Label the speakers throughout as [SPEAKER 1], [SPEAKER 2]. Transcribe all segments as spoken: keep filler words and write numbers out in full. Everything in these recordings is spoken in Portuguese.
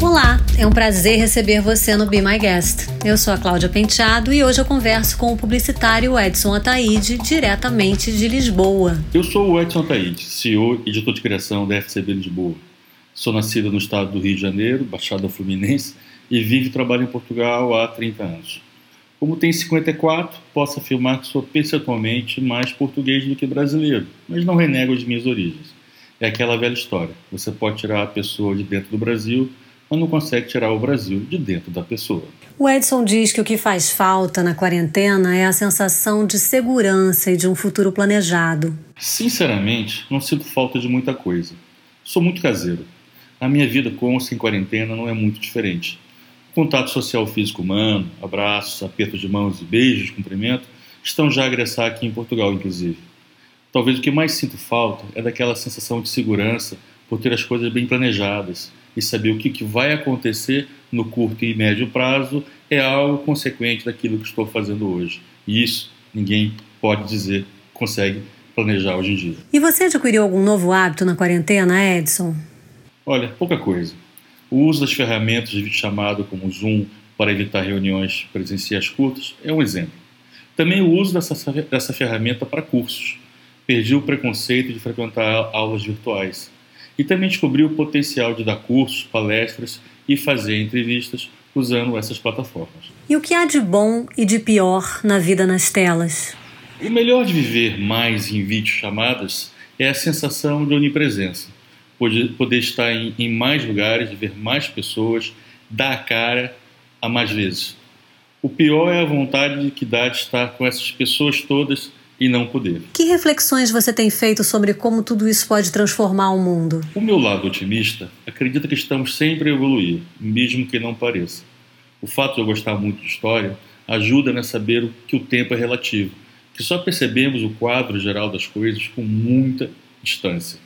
[SPEAKER 1] Olá, é um prazer receber você no Be My Guest. Eu sou a Cláudia Penteado e hoje eu converso com o publicitário Edson Ataíde, diretamente de Lisboa.
[SPEAKER 2] Eu sou o Edson Ataíde, C E O e editor de criação da F C B Lisboa. Sou nascido no estado do Rio de Janeiro, Baixada Fluminense, e vivo e trabalho em Portugal há trinta anos. Como tenho cinquenta e quatro, posso afirmar que sou percentualmente mais português do que brasileiro, mas não renego as minhas origens. É aquela velha história, você pode tirar a pessoa de dentro do Brasil, mas não consegue tirar o Brasil de dentro da pessoa.
[SPEAKER 1] O Edson diz que o que faz falta na quarentena é a sensação de segurança e de um futuro planejado.
[SPEAKER 2] Sinceramente, não sinto falta de muita coisa. Sou muito caseiro. A minha vida com ou sem quarentena não é muito diferente. O contato social físico humano, abraços, apertos de mãos e beijos, cumprimento, estão já a agressar aqui em Portugal, inclusive. Talvez o que mais sinto falta é daquela sensação de segurança por ter as coisas bem planejadas e saber o que, que vai acontecer no curto e médio prazo é algo consequente daquilo que estou fazendo hoje. E isso ninguém pode dizer que consegue planejar hoje em dia.
[SPEAKER 1] E você adquiriu algum novo hábito na quarentena, Edson?
[SPEAKER 2] Olha, pouca coisa. O uso das ferramentas de videochamada como o Zoom para evitar reuniões presenciais curtas é um exemplo. Também o uso dessa, dessa ferramenta para cursos. Perdi o preconceito de frequentar aulas virtuais. E também descobri o potencial de dar cursos, palestras e fazer entrevistas usando essas plataformas.
[SPEAKER 1] E o que há de bom e de pior na vida nas telas?
[SPEAKER 2] O melhor de viver mais em videochamadas é a sensação de onipresença. Poder, poder estar em, em mais lugares, ver mais pessoas, dar a cara a mais vezes. O pior é a vontade que dá de estar com essas pessoas todas e não poder.
[SPEAKER 1] Que reflexões você tem feito sobre como tudo isso pode transformar o mundo?
[SPEAKER 2] O meu lado otimista acredita que estamos sempre a evoluir, mesmo que não pareça. O fato de eu gostar muito de história ajuda-me a saber que o tempo é relativo, que só percebemos o quadro geral das coisas com muita distância.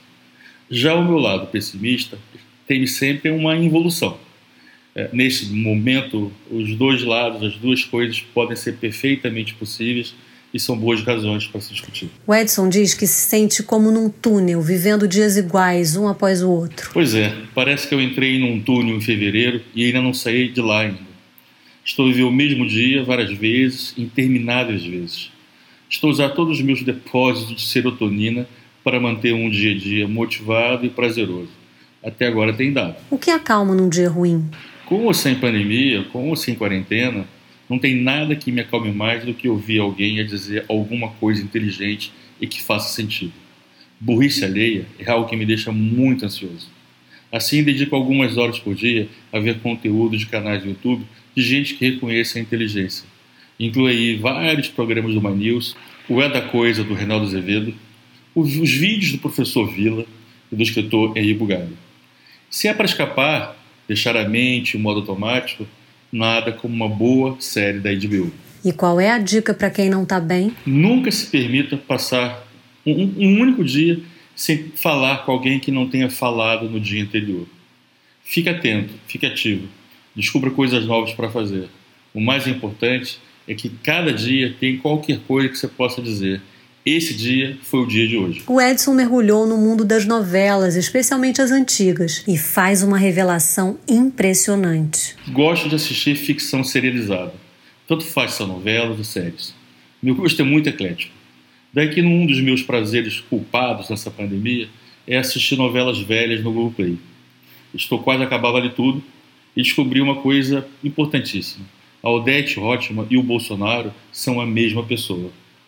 [SPEAKER 2] Já o meu lado pessimista tem sempre uma involução. É, nesse momento, os dois lados, as duas coisas podem ser perfeitamente possíveis e são boas razões para se discutir.
[SPEAKER 1] O Edson diz que se sente como num túnel, vivendo dias iguais, um após o outro.
[SPEAKER 2] Pois é, parece que eu entrei num túnel em fevereiro e ainda não saí de lá ainda. Estou a viver o mesmo dia várias vezes, intermináveis vezes. Estou a usar todos os meus depósitos de serotonina para manter um dia a dia motivado e prazeroso. Até agora tem dado.
[SPEAKER 1] O que acalma num dia ruim?
[SPEAKER 2] Com ou sem pandemia, com ou sem quarentena, não tem nada que me acalme mais do que ouvir alguém a dizer alguma coisa inteligente e que faça sentido. Burrice alheia é algo que me deixa muito ansioso. Assim, dedico algumas horas por dia a ver conteúdo de canais do YouTube de gente que reconhece a inteligência. Inclui aí vários programas do My News, o É da Coisa, do Reinaldo Azevedo, os, os vídeos do professor Vila e do escritor Henri Bugalho. Se é para escapar, deixar a mente em modo automático, nada como uma boa série da H B O.
[SPEAKER 1] E qual é a dica para quem não está bem?
[SPEAKER 2] Nunca se permita passar um, um único dia sem falar com alguém que não tenha falado no dia anterior. Fique atento, fique ativo, descubra coisas novas para fazer. O mais importante é que cada dia tem qualquer coisa que você possa dizer. Esse dia foi o dia de hoje.
[SPEAKER 1] O Edson mergulhou no mundo das novelas, especialmente as antigas, e faz uma revelação impressionante.
[SPEAKER 2] Gosto de assistir ficção serializada. Tanto faz são novelas ou séries. Meu gosto é muito eclético. Daí que um dos meus prazeres culpados nessa pandemia é assistir novelas velhas no Globoplay. Estou quase a acabar de tudo e descobri uma coisa importantíssima. A Odete Roitman e o Bolsonaro são a mesma pessoa.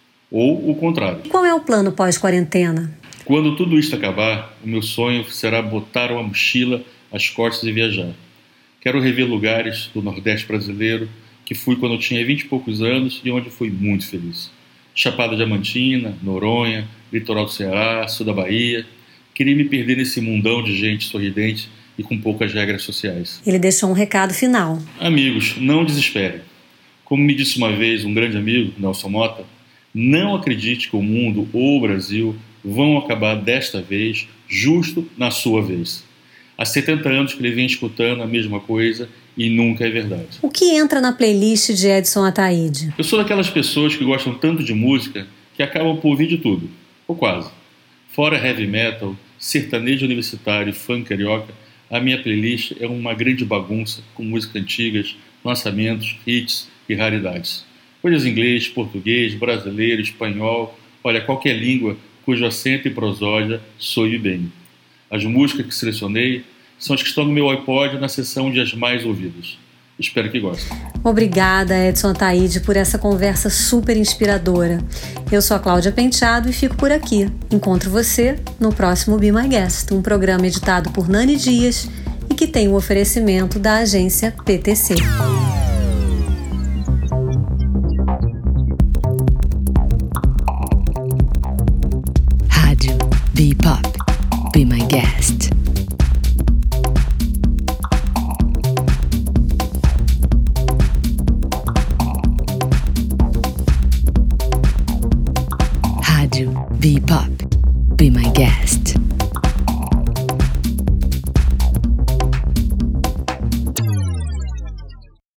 [SPEAKER 2] Ou o contrário.
[SPEAKER 1] Qual é o plano pós-quarentena?
[SPEAKER 2] Quando tudo isso acabar, o meu sonho será botar uma mochila às costas e viajar. Quero rever lugares do Nordeste brasileiro que fui quando eu tinha vinte e poucos anos e onde fui muito feliz. Chapada Diamantina, Noronha, litoral do Ceará, sul da Bahia. Queria me perder nesse mundão de gente sorridente e com poucas regras sociais.
[SPEAKER 1] Ele deixou um recado final.
[SPEAKER 2] Amigos, não desesperem. Como me disse uma vez um grande amigo, Nelson Mota, não acredite que o mundo ou o Brasil vão acabar desta vez justo na sua vez. Há setenta anos que ele vem escutando a mesma coisa e nunca é verdade.
[SPEAKER 1] O que entra na playlist de Edson Ataíde?
[SPEAKER 2] Eu sou daquelas pessoas que gostam tanto de música que acabam por ouvir de tudo, ou quase. Fora heavy metal, sertanejo universitário e funk carioca, A minha playlist é uma grande bagunça com músicas antigas, lançamentos, hits e raridades. Coisas em inglês, português, brasileiro, espanhol, olha, qualquer língua cujo acento e prosódia soe bem. As músicas que selecionei são as que estão no meu iPod na seção de as mais ouvidas. Espero que gostem.
[SPEAKER 1] Obrigada, Edson Ataíde, por essa conversa super inspiradora. Eu sou a Cláudia Penteado e fico por aqui. Encontro você no próximo Be My Guest, um programa editado por Nani Dias e que tem o oferecimento da agência P T C.
[SPEAKER 3] Rádio Bebop. Be My Guest. Rádio Bebop. Be My Guest.